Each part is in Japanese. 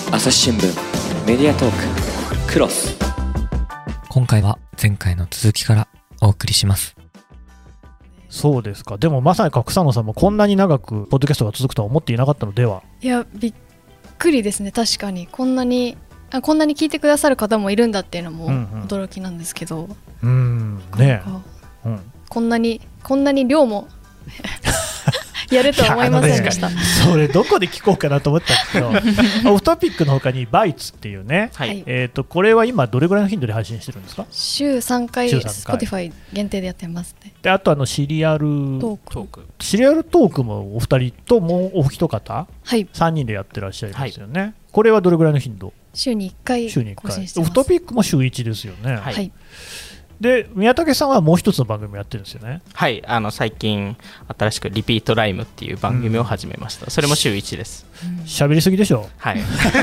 朝日新聞メディアトーククロス。 今回は前回の続きからお送りします。 そうですか。でもまさに草野さんもこんなに長くポッドキャストが続くとは思っていなかったのでは。 いや、びっくりですね。確かにこんなに聞いてくださる方もいるんだっていうのも驚きなんですけど、 ね、 こんなに量もやるとは思いませんでした。 それどこで聞こうかなと思ったんですけどオフトピックの他にバイツっていうね、 はい、 これは今どれぐらいの頻度で配信してるんですか？ 週3回 Spotify 限定でやってますね。 であとシリアルトークもお二人ともうお一方、はい、3人でやってらっしゃいますよね、はい、これはどれぐらいの頻度？週に1回更新してます。オフトピックも週1ですよね。はい、で宮武さんはもう一つの番組やってるんですよね。 はい、最近新しくリピートライムっていう番組を始めました、それも週1です。 喋りすぎでしょ。 はい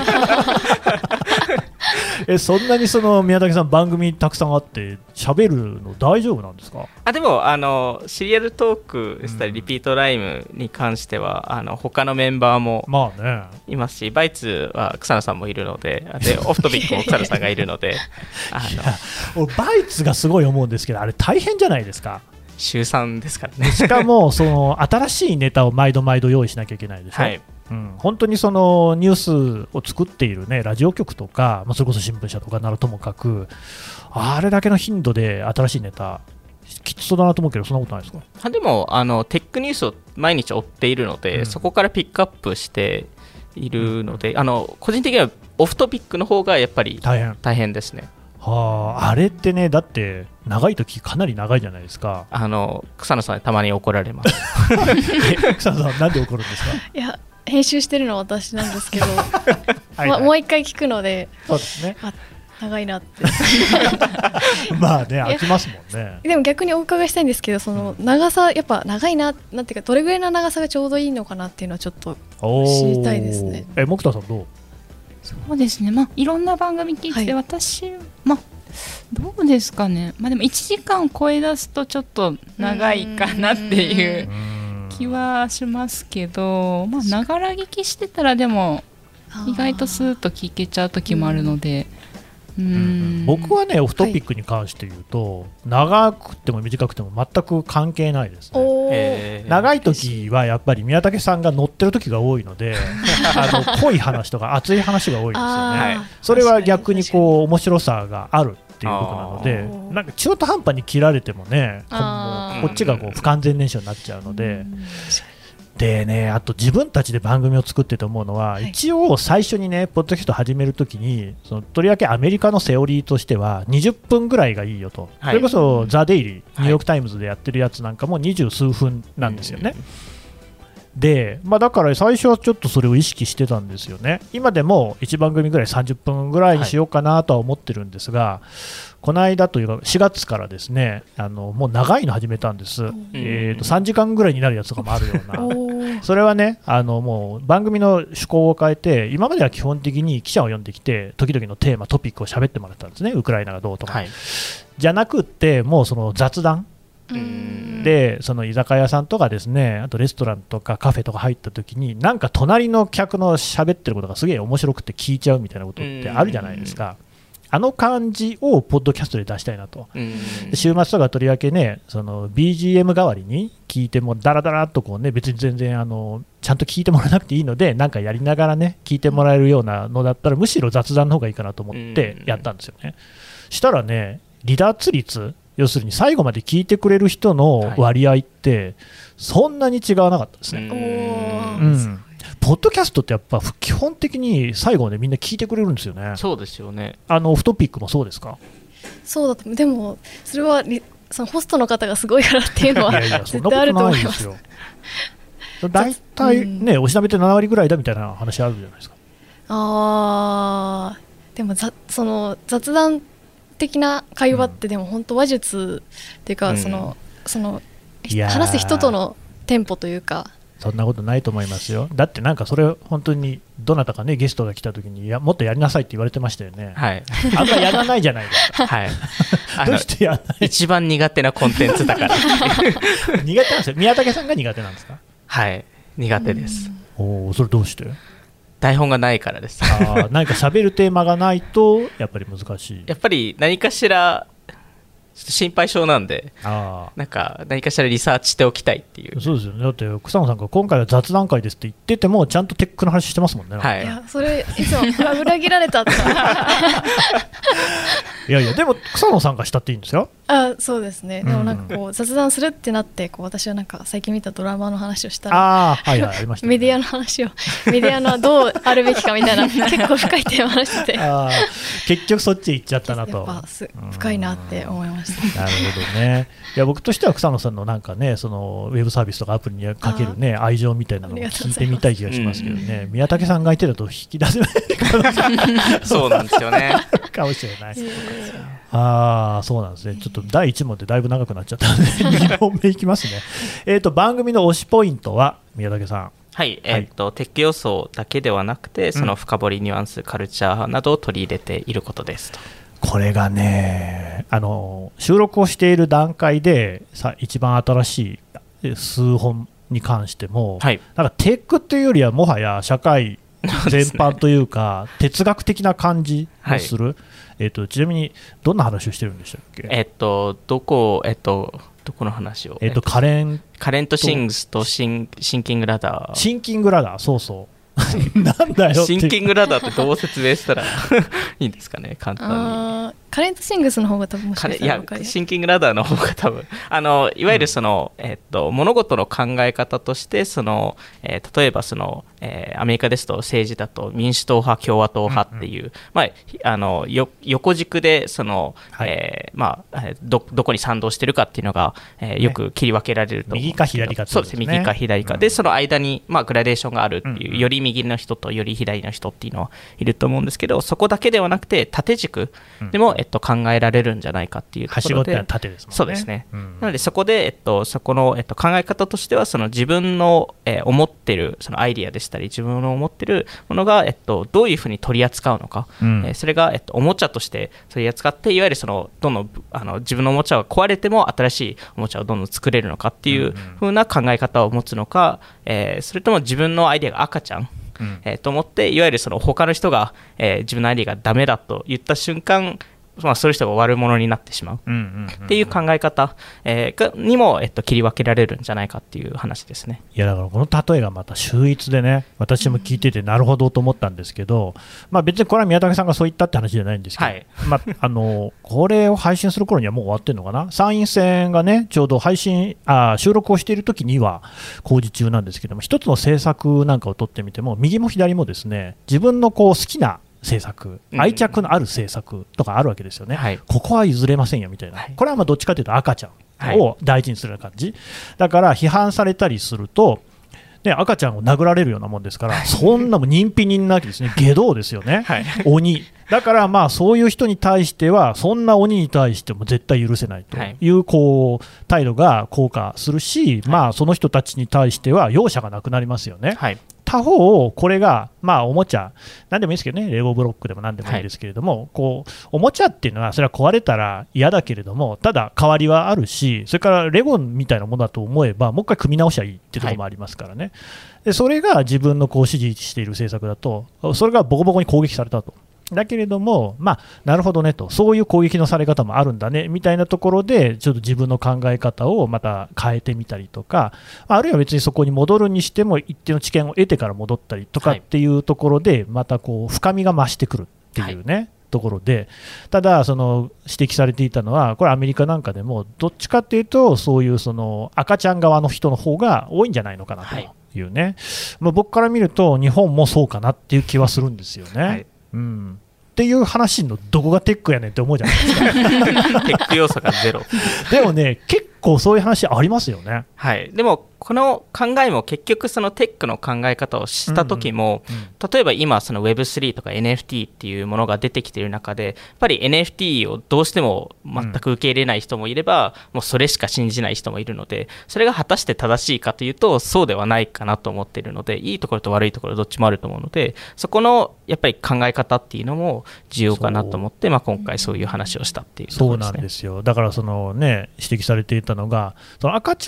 そんなに宮武さん番組たくさんあって喋るの大丈夫なんですか？ でもシリアルトークでしたりリピートライムに関しては他のメンバーもいますし、バイツは草野さんもいるので、オフトピックも草野さんがいるので俺バイツがすごい思うんですけど、あれ大変じゃないですか。 週3ですからね。 しかも新しいネタを毎度用意しなきゃいけないでしょ。はい、本当にニュースを作っている、ね、ラジオ局とか、それこそ新聞社とかならともかく、あれだけの頻度で新しいネタきつそうだなと思うけど、そんなことないですか？ でもテックニュースを毎日追っているので、そこからピックアップしているので、個人的にはオフトピックの方がやっぱり大変ですね。 あれってね、だって長い時かなり長いじゃないですか。 草野さんにたまに怒られます草野さんなんで怒るんですか？ いや、編集してるのは私なんですけどもう一回聞くので、 そうですね、 長いなってまあね、飽きますもんね。 でも逆にお伺いしたいんですけど、長さやっぱ長いな、なんていうかどれぐらいの長さがちょうどいいのかなっていうのはちょっと知りたいですね。 木田さんどう？ そうですね、いろんな番組聞いて、はい、私、どうですかね、でも1時間超え出すとちょっと長いかなっていう気はしますけど、ながら聞きしてたらでも意外とスーッと聞けちゃう時もあるので、 僕はね、オフトピックに関して言うと、長くても短くても全く関係ないですね。長い時はやっぱり宮武さんが乗ってる時が多いので濃い話とか熱い話が多いんですよね。それは逆に面白さがあるっていうことなので、なんか中途半端に切られてもね、こっちが不完全燃焼になっちゃうので。でね、あと自分たちで番組を作ってて思うのは、一応最初にねポッドキャスト始めるときにとりわけアメリカのセオリーとしては20分ぐらいがいいよと、それこそザ・デイリー、ニューヨーク・タイムズでやってるやつなんかも20数分なんですよね。で、だから最初はちょっとそれを意識してたんですよね。今でも1番組ぐらい30分ぐらいにしようかなとは思ってるんですが、この間というか4月からですね、もう長いの始めたんです。3時間ぐらいになるやつとかもあるようなそれはね、もう番組の趣向を変えて、今までは基本的に記者を呼んできて時々のテーマトピックを喋ってもらったんですね。ウクライナがどうとか、じゃなくってもう雑談で、居酒屋さんとかですね、あとレストランとかカフェとか入った時に、なんか隣の客の喋ってることがすげえ面白くて聞いちゃうみたいなことってあるじゃないですか。あの感じをポッドキャストで出したいなと。週末とかとりわけね、BGM 代わりに聞いてもダラダラっと別に全然ちゃんと聞いてもらわなくていいので、なんかやりながらね聞いてもらえるようなのだったら、むしろ雑談の方がいいかなと思ってやったんですよね。したらね、離脱率、要するに最後まで聞いてくれる人の割合ってそんなに違わなかったですね。ポッドキャストってやっぱ基本的に最後までみんな聞いてくれるんですよね。 そうですよね。 オフトピックもそうですか？ そうだと。でもそれはホストの方がすごいからっていうのは絶対あると思います。 だいたいね、おしなべて7割ぐらいだみたいな話あるじゃないですか。 でも雑談的な会話ってでも本当話術っていうか、話す人とのテンポというか、 そんなことないと思いますよ。だってなんかそれ本当にどなたかねゲストが来た時にもっとやりなさいって言われてましたよね。あんまやらないじゃないですか。どうしてやらない？ 一番苦手なコンテンツだから苦手なんですよ。宮武さんが苦手なんですか？ はい、苦手です。 それどうして？ 台本がないからです。 何か喋るテーマがないとやっぱり難しい。 やっぱり何かしら心配性なんで、なんか何かしらリサーチしておきたいっていう。 そうですよね。だって草野さんが今回は雑談会ですって言っててもちゃんとテックの話してますもんね。 はい。 いやそれいつも裏切られたっていやいやでも草野さんがしたっていいんですよ。 そうですね。でもなんかこう雑談するってなってこう私はなんか最近見たドラマの話をしたら、 はいはいありましたね。 メディアの話をメディアのどうあるべきかみたいな結構深いテーマを話してて結局そっち行っちゃったなと。 やっぱ深いなって思いました。 なるほどね。いや僕としては草野さんのなんかねそのウェブサービスとかアプリにかけるね愛情みたいなのを聞いてみたい気がしますけどね。宮武さんがいてだと引き出せないそうなんですよね。 かもしれない。そうなんですね。ちょっと第1問でだいぶ長くなっちゃったので2問目いきますね。番組の推しポイントは宮武さん。 はい、テック要素だけではなくてその深掘りニュアンス、カルチャーなどを取り入れていることですと。 これがね収録をしている段階で一番新しい数本に関しても、なんかテックというよりはもはや社会全般というか哲学的な感じをする。ちなみにどんな話をしてるんでしたっけ？ どこの話を？ カレントシングスとシンキングラダー。 シンキングラダー、そうそう。なんだよ。 シンキングラダーってどう説明したらいいんですかね、簡単に。 カレントシングスの方が多分もしかしたら分かりやすい。 シンキングラダーの方が多分いわゆるその、物事の考え方としてその、例えばその、アメリカですと政治だと民主党派共和党派っていう、横軸でその、どこに賛同してるかっていうのが、よく切り分けられると思うんですけど、 右か左かってそうですね、右か左かでその間に、グラデーションがあるっていう、より右の人とより左の人っていうのはいると思うんですけど、そこだけではなくて縦軸でも、考えられるんじゃないかっていうところで、 はしごってのは縦ですもんね。 そうですね。なのでそこで、そこの、考え方としてはその自分の、思ってるそのアイディアでしたり自分の思ってるものが、どういうふうに取り扱うのか、それが、おもちゃとして取り扱っていわゆるそのどんどん自分のおもちゃが壊れても新しいおもちゃをどんどん作れるのかっていうふうな考え方を持つのか、それとも自分のアイデアが赤ちゃんと思っていわゆるその他の人が、自分のアイデアがダメだと言った瞬間そういう人が悪者になってしまうっていう考え方、にも、切り分けられるんじゃないかっていう話ですね。 いやだからこの例えがまた秀逸でね、私も聞いててなるほどと思ったんですけど、別にこれは宮武さんがそう言ったって話じゃないんですけど、これを配信する頃にはもう終わってるのかな。参院選がねちょうど収録をしている時には工事中なんですけども、一つの政策なんかを取ってみても右も左もですね自分の好きな政策、愛着のある政策とかあるわけですよね、ここは譲れませんよみたいな、これはどっちかというと赤ちゃんを大事にするような感じ、だから批判されたりすると、赤ちゃんを殴られるようなもんですから、そんなも人否人なわけですね、下道ですよね、鬼だからそういう人に対してはそんな鬼に対しても絶対許せないという、態度が効果するし、その人たちに対しては容赦がなくなりますよね。他方、これが、おもちゃ、なんでもいいですけどね、レゴブロックでもなんでもいいですけれども、おもちゃっていうのは、それは壊れたら嫌だけれども、ただ、代わりはあるし、それからレゴみたいなものだと思えば、もう一回組み直しゃいいっていうところもありますからね、でそれが自分の支持している政策だと、それがボコボコに攻撃されたと。だけれども、なるほどねと、そういう攻撃のされ方もあるんだねみたいなところで、ちょっと自分の考え方をまた変えてみたりとか、あるいは別にそこに戻るにしても、一定の知見を得てから戻ったりとかっていうところで、また深みが増してくるっていうね、ところで、ただ、指摘されていたのは、これ、アメリカなんかでも、どっちかっていうと、そういう赤ちゃん側の人の方が多いんじゃないのかなというね、僕から見ると、日本もそうかなっていう気はするんですよね。っていう話のどこがテックやねんって思うじゃないですか。 テック要素がゼロ。 でもね、結構そういう話ありますよね。 でもこの考えも結局そのテックの考え方をした時も、例えば今その Web3 とか NFT っていうものが出てきている中で、やっぱり NFT をどうしても全く受け入れない人もいれば、もうそれしか信じない人もいるので、それが果たして正しいかというとそうではないかなと思っているので、いいところと悪いところどっちもあると思うので、そこのやっぱり考え方っていうのも重要かなと思って、今回そういう話をしたっていうところですね。 そうなんですよ。だから指摘されていたのが、その赤ちゃん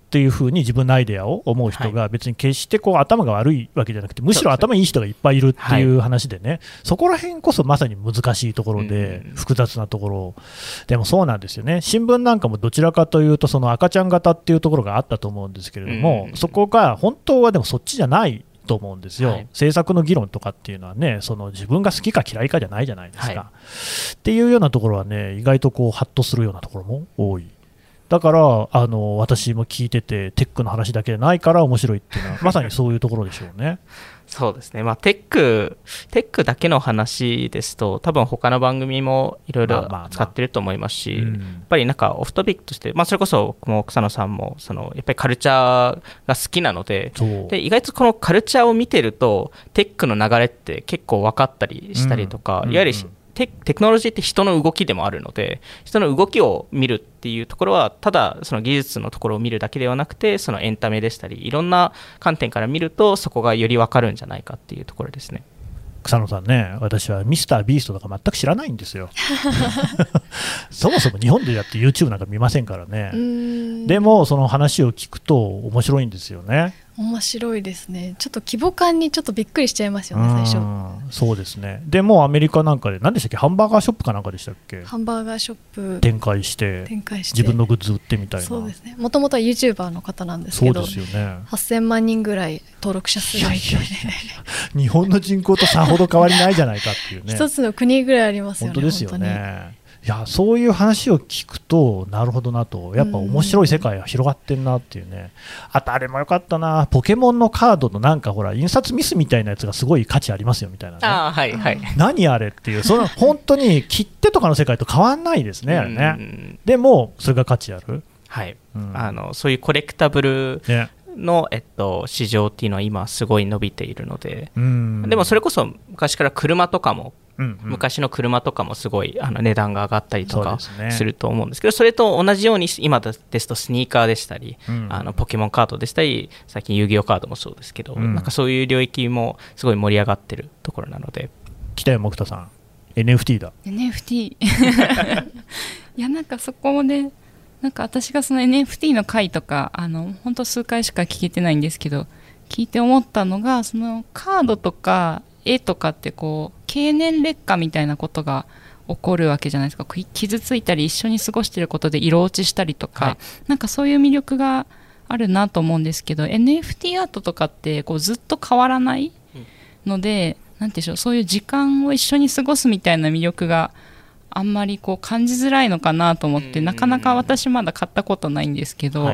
っていうふうに自分のアイデアを思う人が別に決してこう頭が悪いわけじゃなくて、むしろ頭いい人がいっぱいいるっていう話でね、そこら辺こそまさに難しいところで複雑なところでもそうなんですよね。新聞なんかもどちらかというとその赤ちゃん型っていうところがあったと思うんですけれども、そこが本当はでもそっちじゃないと思うんですよ、政策の議論とかっていうのはね、その自分が好きか嫌いかじゃないじゃないですか、っていうようなところはね、意外とこうハッとするようなところも多い。だから私も聞いててテックの話だけでないから面白いっていうのはまさにそういうところでしょうね。 そうですね、テックだけの話ですと多分他の番組もいろいろ使ってると思いますし、やっぱりなんかオフトピックとして、それこそもう草野さんもやっぱりカルチャーが好きなので、意外とこのカルチャーを見てるとテックの流れって結構分かったりしたりとか、いわゆるテクノロジーって人の動きでもあるので、人の動きを見るっていうところはただその技術のところを見るだけではなくて、そのエンタメでしたりいろんな観点から見るとそこがより分かるんじゃないかっていうところですね。 草野さんね、私はミスタービーストとか全く知らないんですよそもそも日本でやって YouTube なんか見ませんからね。でもその話を聞くと面白いんですよね。 面白いですね。ちょっと規模感にちょっとびっくりしちゃいますよね、最初。 そうですね。でもアメリカなんかで何でしたっけ、ハンバーガーショップかなんかでしたっけ、 ハンバーガーショップ展開して自分のグッズ売ってみたいな。 そうですね。もともとは YouTuber の方なんですけど、 そうですよね、 8000万人ぐらい登録者数がいて、 日本の人口とさほど変わりないじゃないかっていうね一つの国ぐらいありますよね。 本当ですよね。いや、そういう話を聞くとなるほどなと、やっぱ面白い世界が広がってんなっていうね。あとあれもよかったな、ポケモンのカードのなんかほら印刷ミスみたいなやつがすごい価値ありますよみたいなね。何あれっていう、その本当に切手とかの世界と変わんないですねあれね。でもそれが価値ある、 そういうコレクタブルの、市場っていうのは今すごい伸びているので、でもそれこそ昔から車とかも、昔の車とかもすごい値段が上がったりとかすると思うんですけど、それと同じように今ですとスニーカーでしたり、ポケモンカードでしたり、最近遊戯王カードもそうですけど、なんかそういう領域もすごい盛り上がってるところなので。 北山木田さん NFT だ。 NFT いや、なんかそこでなんか私がその NFT の回とか本当数回しか聞けてないんですけど、聞いて思ったのが、そのカードとか絵とかってこう経年劣化みたいなことが起こるわけじゃないですか。傷ついたり一緒に過ごしていることで色落ちしたりとか、なんかそういう魅力があるなと思うんですけど、 NFT アートとかってこうずっと変わらないので、なんていうんでしょう、そういう時間を一緒に過ごすみたいな魅力があんまりこう感じづらいのかなと思って、なかなか私まだ買ったことないんですけど、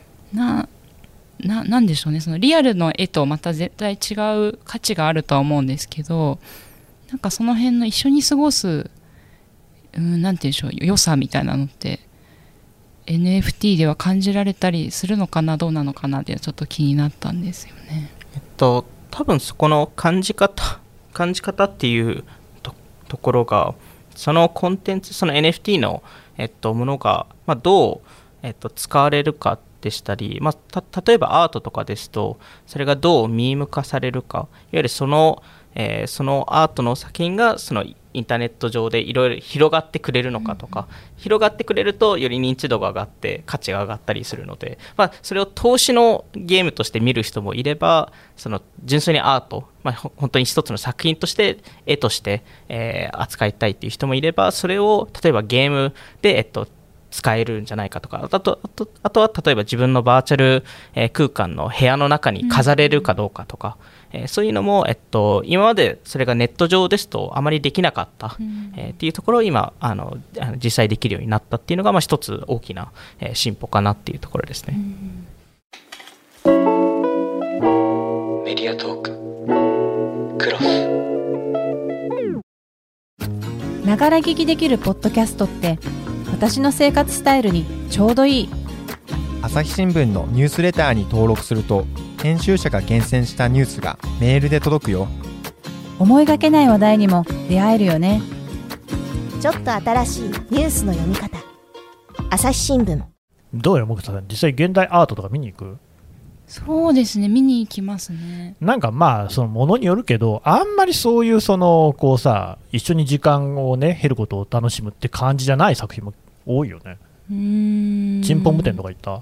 なんでしょうね、そのリアルの絵とまた絶対違う価値があるとは思うんですけど、なんかその辺の一緒に過ごす、なんていうんでしょう、良さみたいなのって NFT では感じられたりするのかな、どうなのかなってちょっと気になったんですよね。 多分そこの感じ方っていうところが、そのコンテンツ、その NFT の、ものが、どう、使われるかでしたり、例えばアートとかですと、それがどうミーム化されるか、いわゆるそのアートの作品がそのインターネット上でいろいろ広がってくれるのかとか、広がってくれるとより認知度が上がって価値が上がったりするので、それを投資のゲームとして見る人もいれば、その純粋にアート、本当に一つの作品として絵として、扱いたいっていう人もいれば、それを例えばゲームで、使えるんじゃないかとか、あとは例えば自分のバーチャル、空間の部屋の中に飾れるかどうかとか、そういうのも、今までそれがネット上ですとあまりできなかった、っていうところを今実際できるようになったっていうのが、一つ大きな、進歩かなっていうところですね。 メディアトーククロス。 ながら聞きできるポッドキャストって私の生活スタイルにちょうどいい。 朝日新聞のニュースレターに登録すると、編集者が厳選したニュースがメールで届くよ。 思いがけない話題にも出会えるよね。 ちょっと新しいニュースの読み方。朝日新聞。 どうよ、木田さん、実際現代アートとか見に行く？ そうですね、見に行きますね。 なんかそのものによるけど、あんまりそういうこうさ、一緒に時間をね経ることを楽しむって感じじゃない作品も多いよね。チンポム店とか行った？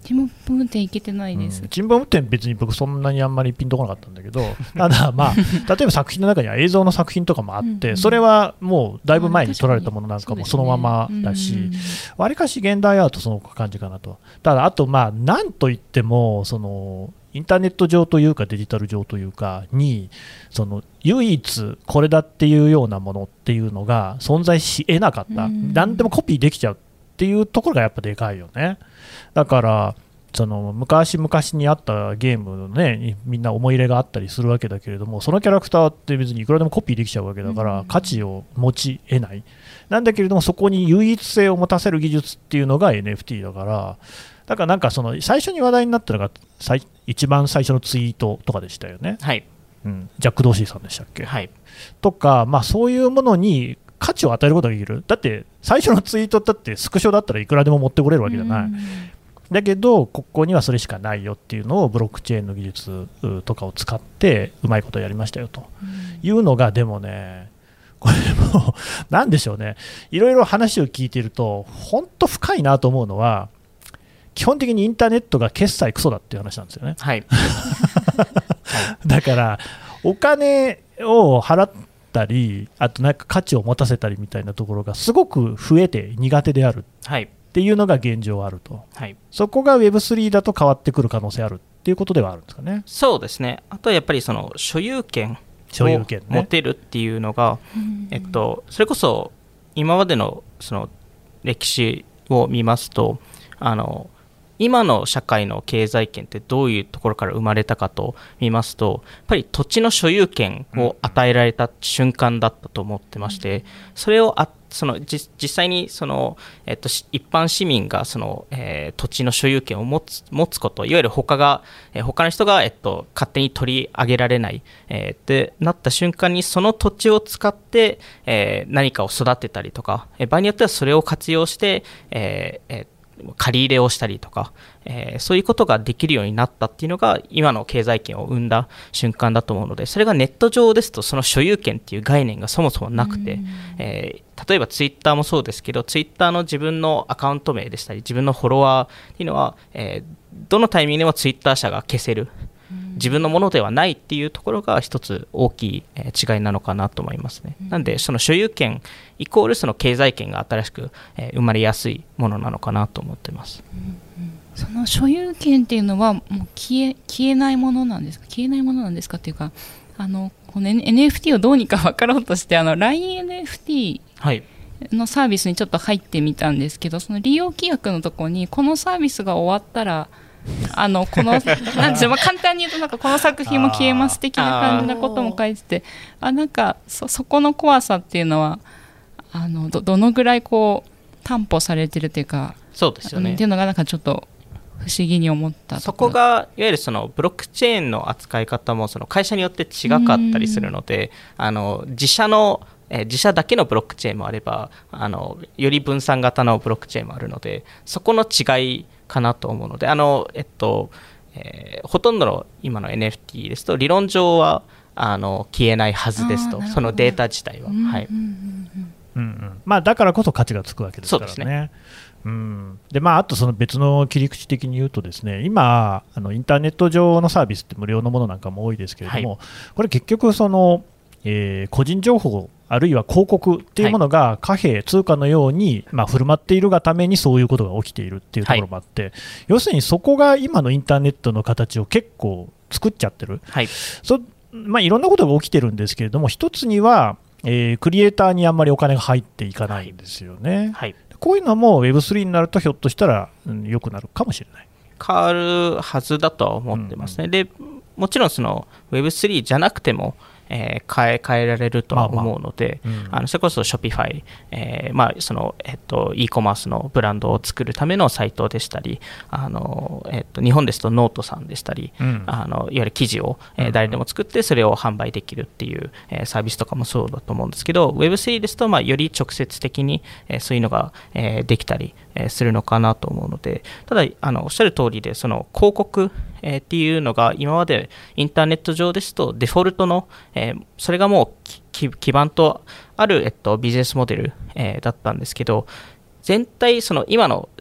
チンボム運転いけてないです。 チンボム運転別に僕そんなにあんまりピンとこなかったんだけど、ただまあ例えば作品の中には映像の作品とかもあって、それはもうだいぶ前に撮られたものなんかもそのままだし、わりかし現代アートその感じかなと。ただあとまあなんといってもそのインターネット上というかデジタル上というかにその唯一これだっていうようなものっていうのが存在し得なかった、何でもコピーできちゃうっていうところがやっぱでかいよね。だからその昔々にあったゲームね、みんな思い入れがあったりするわけだけれども、そのキャラクターって別にいくらでもコピーできちゃうわけだから、価値を持ち得ないなんだけれども、そこに唯一性を持たせる技術っていうのが NFT だから、だからなんかその最初に話題になったのが一番最初のツイートとかでしたよね。 はい、 ジャック・ドーシーさんでしたっけ、 はい、 とか、まあ、そういうものに価値を与えることができる。だって最初のツイートだってスクショだったらいくらでも持ってこれるわけじゃない。だけどここにはそれしかないよっていうのをブロックチェーンの技術とかを使ってうまいことやりましたよというのが、でもねこれもなんでしょうね、いろいろ話を聞いていると本当深いなと思うのは、基本的にインターネットが決済クソだっていう話なんですよね。 はいだからお金を払ったり、あとなんか価値を持たせたりみたいなところがすごく増えて苦手であるっていうのが現状あると、 はい、 そこが Web3 だと変わってくる可能性あるっていうことではあるんですかね。 そうですね。あとはやっぱりその所有権を持てるっていうのが、それこそ今までのその歴史を見ますと、今の社会の経済圏ってどういうところから生まれたかと見ますと、やっぱり土地の所有権を与えられた瞬間だったと思ってまして、それを実際にその、一般市民がその、土地の所有権を持つこと、いわゆる他の人が、勝手に取り上げられない、ってなった瞬間に、その土地を使って、何かを育てたりとか、場合によってはそれを活用して、借り入れをしたりとか、そういうことができるようになったっていうのが今の経済圏を生んだ瞬間だと思うので、それがネット上ですとその所有権っていう概念がそもそもなくて、例えばツイッターもそうですけど、ツイッターの自分のアカウント名でしたり自分のフォロワーっていうのは、どのタイミングでもツイッター社が消せる、自分のものではないっていうところが一つ大きい違いなのかなと思いますね。なんでその所有権イコールその経済権が新しく生まれやすいものなのかなと思ってます。 その所有権っていうのはもう消えないものなんですか？消えないものなんですかっていうか、この NFT をどうにか分かろうとしてLINE NFT のサービスにちょっと入ってみたんですけど、その利用規約のところにこのサービスが終わったらなんていうの、簡単に言うとなんかこの作品も消えます的な感じなことも書いてて、なんかそこの怖さっていうのはどのぐらいこう担保されてるというか、 そうですよね、 っていうのがなんかちょっと不思議に思ったそこがいわゆるそのブロックチェーンの扱い方もその会社によって違かったりするので、自社だけのブロックチェーンもあればより分散型のブロックチェーンもあるので、そこの違いかなと思うので、ほとんどの今の NFT ですと理論上は消えないはずですと、そのデータ自体は、 まあ、だからこそ価値がつくわけですからね。そうですね。であとその別の切り口的に言うとですね、今インターネット上のサービスって無料のものなんかも多いですけれども、これ結局その、個人情報あるいは広告っていうものが貨幣通貨のように、振る舞っているがためにそういうことが起きているっていうところもあって、要するにそこが今のインターネットの形を結構作っちゃってる、いろんなことが起きてるんですけれども、一つにはクリエイターにあんまりお金が入っていかないんですよね。こういうのも Web3 になるとひょっとしたら良くなるかもしれない。 変わるはずだとは思ってますね。でもちろんその Web3 じゃなくても変えられるとは思うので、それこそ Shopify、そのe コマースのブランドを作るためのサイトでしたり、日本ですとノートさんでしたり、いわゆる記事を誰でも作ってそれを販売できるっていうサービスとかもそうだと思うんですけど、 Web3 ですとより直接的にそういうのができたりするのかなと思うので、ただおっしゃる通りで、その広告っていうのが今までインターネット上ですとデフォルトのそれがもう基盤とあるビジネスモデルだったんですけど、全体その今の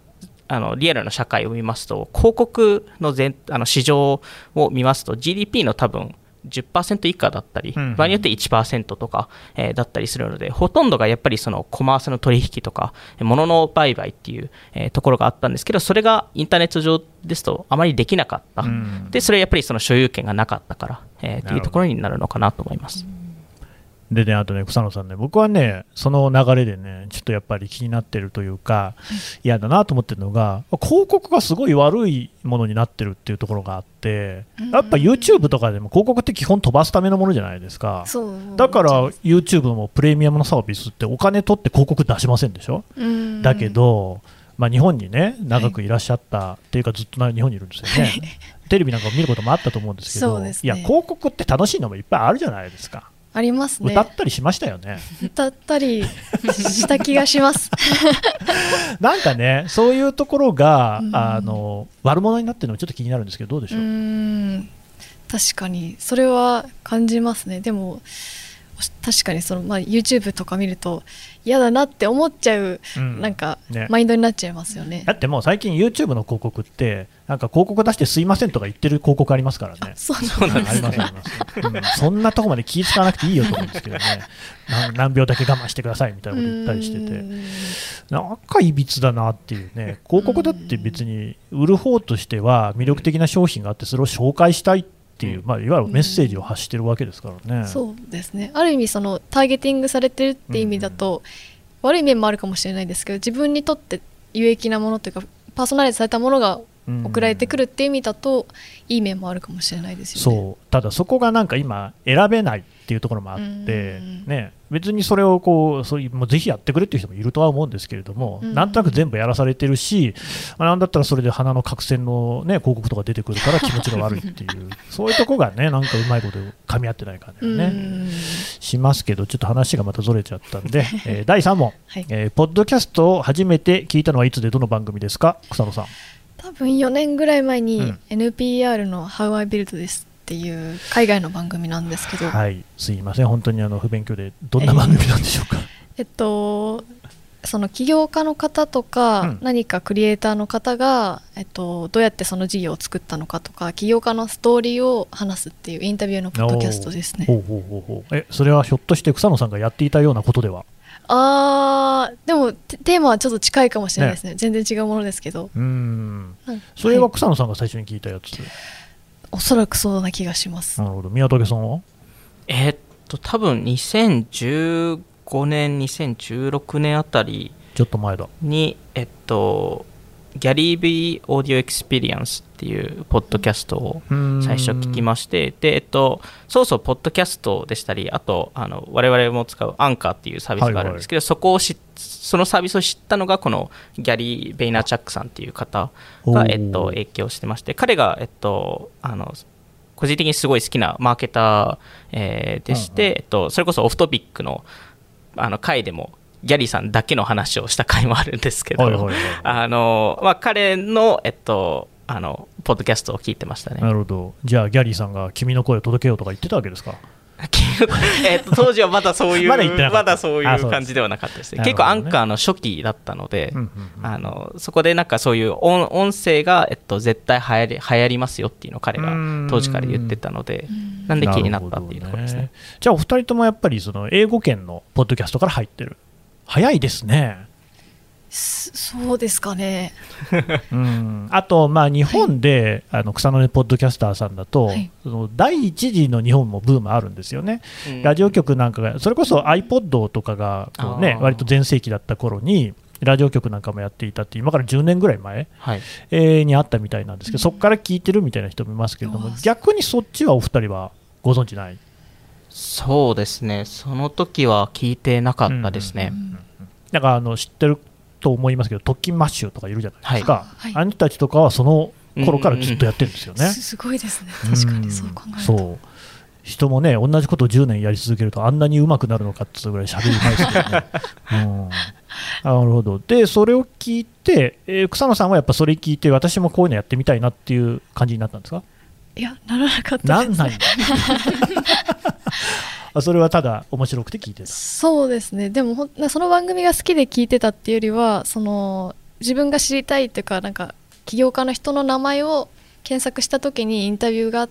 リアルな社会を見ますと、広告の市場を見ますと GDP の多分10% 以下だったり、場合によって 1% とか、だったりするので、ほとんどがやっぱりそのコマースの取引とか物の売買っていう、ところがあったんですけど、それがインターネット上ですとあまりできなかった、でそれはやっぱりその所有権がなかったから、っていうところになるのかなと思います。 でね、あとね、草野さんね、僕はね、その流れでね、ちょっとやっぱり気になってるというか、嫌だなと思ってるのが、広告がすごい悪いものになってるっていうところがあって、やっぱ YouTube とかでも広告って基本飛ばすためのものじゃないですか。だから YouTube もプレミアムのサービスってお金取って広告出しませんでしょ。だけど、日本にね、長くいらっしゃったっていうか、ずっと日本にいるんですよね。テレビなんか見ることもあったと思うんですけど、いや、広告って楽しいのもいっぱいあるじゃないですか。 ありますね。 歌ったりしましたよね。 歌ったりした気がしますなんかね、そういうところが、悪者になってるのもちょっと気になるんですけど、どうでしょう。 確かにそれは感じますね。でも確かにその、YouTube とか見ると嫌だなって思っちゃう、なんかマインドになっちゃいますよね。 だってもう最近 YouTube の広告ってなんか広告出してすいませんとか言ってる広告ありますからね。 そうなんですね。 そんなとこまで気使わなくていいよと思うんですけどね。何秒だけ我慢してくださいみたいなこと言ったりしてて、なんかいびつだなっていうね。広告だって別に売る方としては魅力的な商品があってそれを紹介したいっていう、いわゆるメッセージを発してるわけですからね。 そうですね。ある意味そのターゲティングされてるって意味だと、悪い面もあるかもしれないですけど、自分にとって有益なものというかパーソナライズされたものが送られてくるっていう意味だといい面もあるかもしれないですよね。 そう、ただそこがなんか今選べないっていうところもあって、ね、別にそれをこうもうぜひやってくれっていう人もいるとは思うんですけれども、なんとなく全部やらされてるし、なんだったらそれで鼻の角栓の、ね、広告とか出てくるから気持ちが悪いっていうそういうとこがね、なんかうまいこと噛み合ってない感じがねしますけど、ちょっと話がまたずれちゃったんで、第3問、ポッドキャストを初めて聞いたのはいつでどの番組ですか。草野さん。 多分4年ぐらい前に NPR の How I Build This っていう海外の番組なんですけど、 はい、すいません本当に不勉強で、どんな番組なんでしょうか。 その起業家の方とか、何かクリエイターの方が、どうやってその事業を作ったのかとか、起業家のストーリーを話すっていうインタビューのポッドキャストですね。 それはひょっとして草野さんがやっていたようなことでは。 でもテーマはちょっと近いかもしれないですね。全然違うものですけど。 それは草野さんが最初に聞いたやつ。 おそらくそうな気がします。 なるほど。宮武さんは多分2015年2016年あたりちょっと前だにギャリー・ビー・オーディオ・エクスペリエンスっていうポッドキャストを最初聞きまして、でそうポッドキャストでしたり、あと我々も使うアンカーっていうサービスがあるんですけど、そのサービスを知ったのがこのギャリー・ベイナーチャックさんっていう方が影響してまして、彼が個人的にすごい好きなマーケター、でして、それこそオフトピックの回でもギャリーさんだけの話をした回もあるんですけど、彼の、ポッドキャストを聞いてましたね。 なるほど。じゃあギャリーさんが君の声を届けようとか言ってたわけですか。 当時はまだそういうまだそういう感じではなかったですね。結構アンカーの初期だったので、そこでなんかそういう音声が、絶対流行りますよっていうのを彼が当時から言ってたので、なんで気になったっていうところですね。 じゃあお二人ともやっぱりその英語圏のポッドキャストから入ってる。早いですね。 そうですかね。 あと日本で、草の根ポッドキャスターさんだと、その第一次の日本もブームあるんですよね。ラジオ局なんかがそれこそ iPod とかがこう、割と全盛期だった頃にラジオ局なんかもやっていたって今から10年ぐらい前、にあったみたいなんですけど、そこから聞いてるみたいな人もいますけれども、逆にそっちはお二人はご存知ない？ そうですね、その時は聞いてなかったですね。 なんか知ってると思いますけど、特勤マッシュとかいるじゃないですか、あの人たちとかはその頃からずっとやってるんですよね。 すごいですね。確かにそう考えると、 そう人もね、同じことを10年やり続けるとあんなに上手くなるのかっていうぐらい喋りないですけどね。なるほど。でそれを聞いて、草野さんはやっぱそれ聞いて私もこういうのやってみたいなっていう感じになったんですか？ いや、ならなかったです。 なんないそれはただ面白くて聞いてた。 そうですね。でもその番組が好きで聞いてたっていうよりは、その自分が知りたいというか、なんか起業家の人の名前を検索した時にインタビューがあって、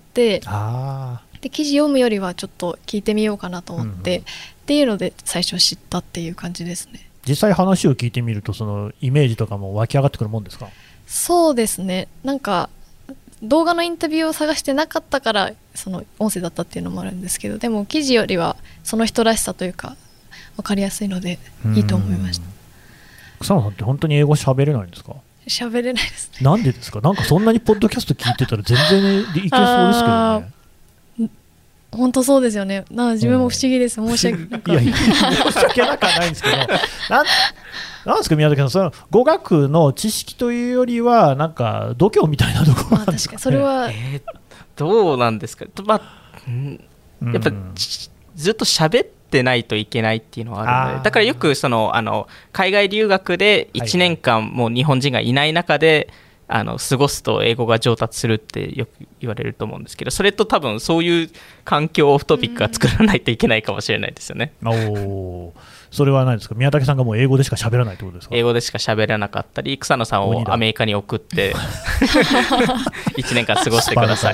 で記事読むよりはちょっと聞いてみようかなと思って、っていうので最初知ったっていう感じですね。 実際話を聞いてみると、そのイメージとかも湧き上がってくるもんですか？ そうですね、なんか動画のインタビューを探してなかったからその音声だったっていうのもあるんですけど、でも記事よりはその人らしさというか分かりやすいのでいいと思いました。 草野さんって本当に英語喋れないんですか？ 喋れないですね。 なんでですか？なんかそんなにポッドキャスト聞いてたら全然いけそうですけどね。 本当そうですよね。自分も不思議です。申し訳なくはないんですけど、なんですか宮崎さん、その語学の知識というよりはなんか度胸みたいなところなんですかね。 確かにそれは、 どうなんですか。やっぱずっと喋ってないといけないっていうのはあるので、だからよく海外留学で1年間もう日本人がいない中で過ごすと英語が上達するってよく言われると思うんですけど、それと多分そういう環境をオフトピックが作らないといけないかもしれないですよね。 それは何ですか？宮武さんがもう英語でしか喋らないってことですか？ 英語でしか喋らなかったり、草野さんをアメリカに送って1年間過ごしてください。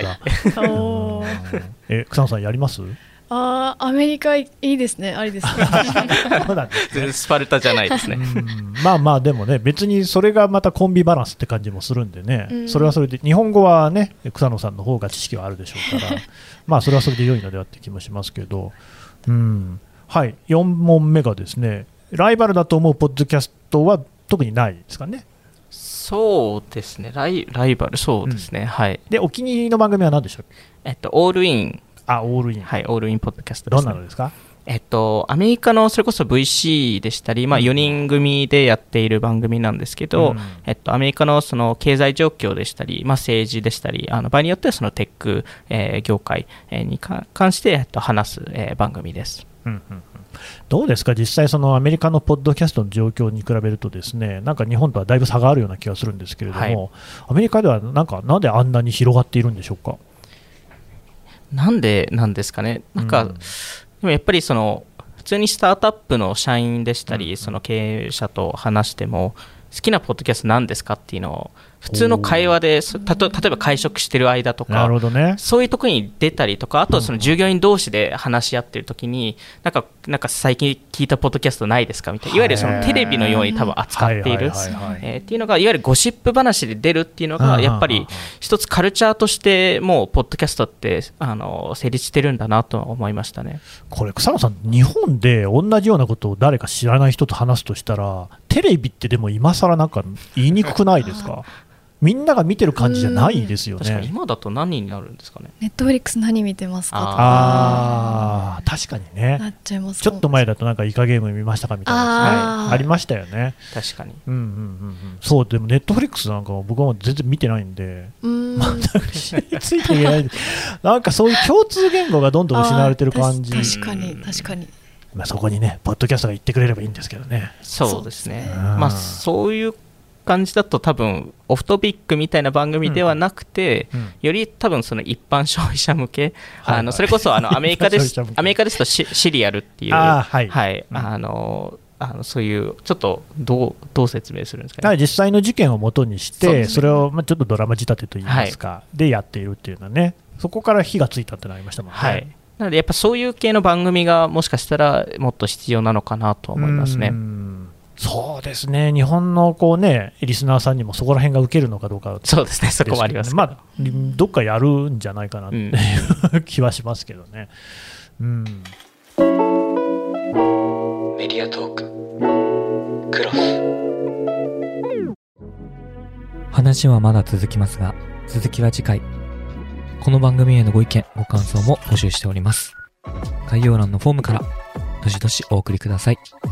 草野さんやります？ アメリカいいですね、ありですね。 スパルタじゃないですね。 でもね、別にそれがまたコンビバランスって感じもするんでね、それはそれで日本語はね草野さんの方が知識はあるでしょうからそれはそれで良いのではって気もしますけど、はい、4問目がですね、ライバルだと思うポッドキャストは特にないですかね。 そうですね、ライバル、そうですね、はい。 でお気に入りの番組は何でしょう？ オールイン。 オールイン。 はい、オールインポッドキャストですね。 どんなのですか？ アメリカのそれこそ VC でしたり、4人組でやっている番組なんですけど、アメリカのその経済状況でしたり、政治でしたり、場合によってはそのテック、業界に関して話す、番組です。 どうですか、実際そのアメリカのポッドキャストの状況に比べるとですね、なんか日本とはだいぶ差があるような気がするんですけれども、アメリカではなんであんなに広がっているんでしょうか？ なんでなんですかね。でもやっぱり普通にスタートアップの社員でしたり、その経営者と話しても、好きなポッドキャスト何ですかっていうのを普通の会話で例えば会食してる間とか、そういうところに出たりとか、あとその従業員同士で話し合ってる時に、なんか最近聞いたポッドキャストないですかみたいな、いわゆるそのテレビのように多分扱っているっていうのが、いわゆるゴシップ話で出るっていうのがやっぱり一つカルチャーとしてもうポッドキャストって成立してるんだなと思いましたね。 これ草野さん、日本で同じようなことを誰か知らない人と話すとしたら、テレビってでも今更なんか言いにくくないですか？みんなが見てる感じじゃないですよね。 確かに今だと何になるんですかね。 ネットフリックス何見てますかとか。 確かにね。 なっちゃいます。 ちょっと前だとなんかイカゲーム見ましたかみたいな、ありましたよね。 確かに。 そう、でもネットフリックスなんか僕は全然見てないんで、全くついていけない。なんかそういう共通言語がどんどん失われてる感じ。 確かに。 そこにね、ポッドキャストが言ってくれればいいんですけどね。 そうですね。そういう感じだと多分オフトピックみたいな番組ではなくて、より多分その一般消費者向け、それこそアメリカですとシリアルっていう、そういうちょっとどう説明するんですかね。 実際の事件をもとにして、それをちょっとドラマ仕立てといいますか、でやっているっていうのはね、そこから火がついたってなりましたもんね。 なのでやっぱそういう系の番組がもしかしたらもっと必要なのかなと思いますね。 そうですね、日本のリスナーさんにもそこら辺が受けるのかどうか、 そうですね、そこもありますけど、 どっかやるんじゃないかなっていう気はしますけどね。 メディアトーククロス。 話はまだ続きますが、続きは次回。この番組へのご意見ご感想も募集しております。概要欄のフォームからどしどしお送りください。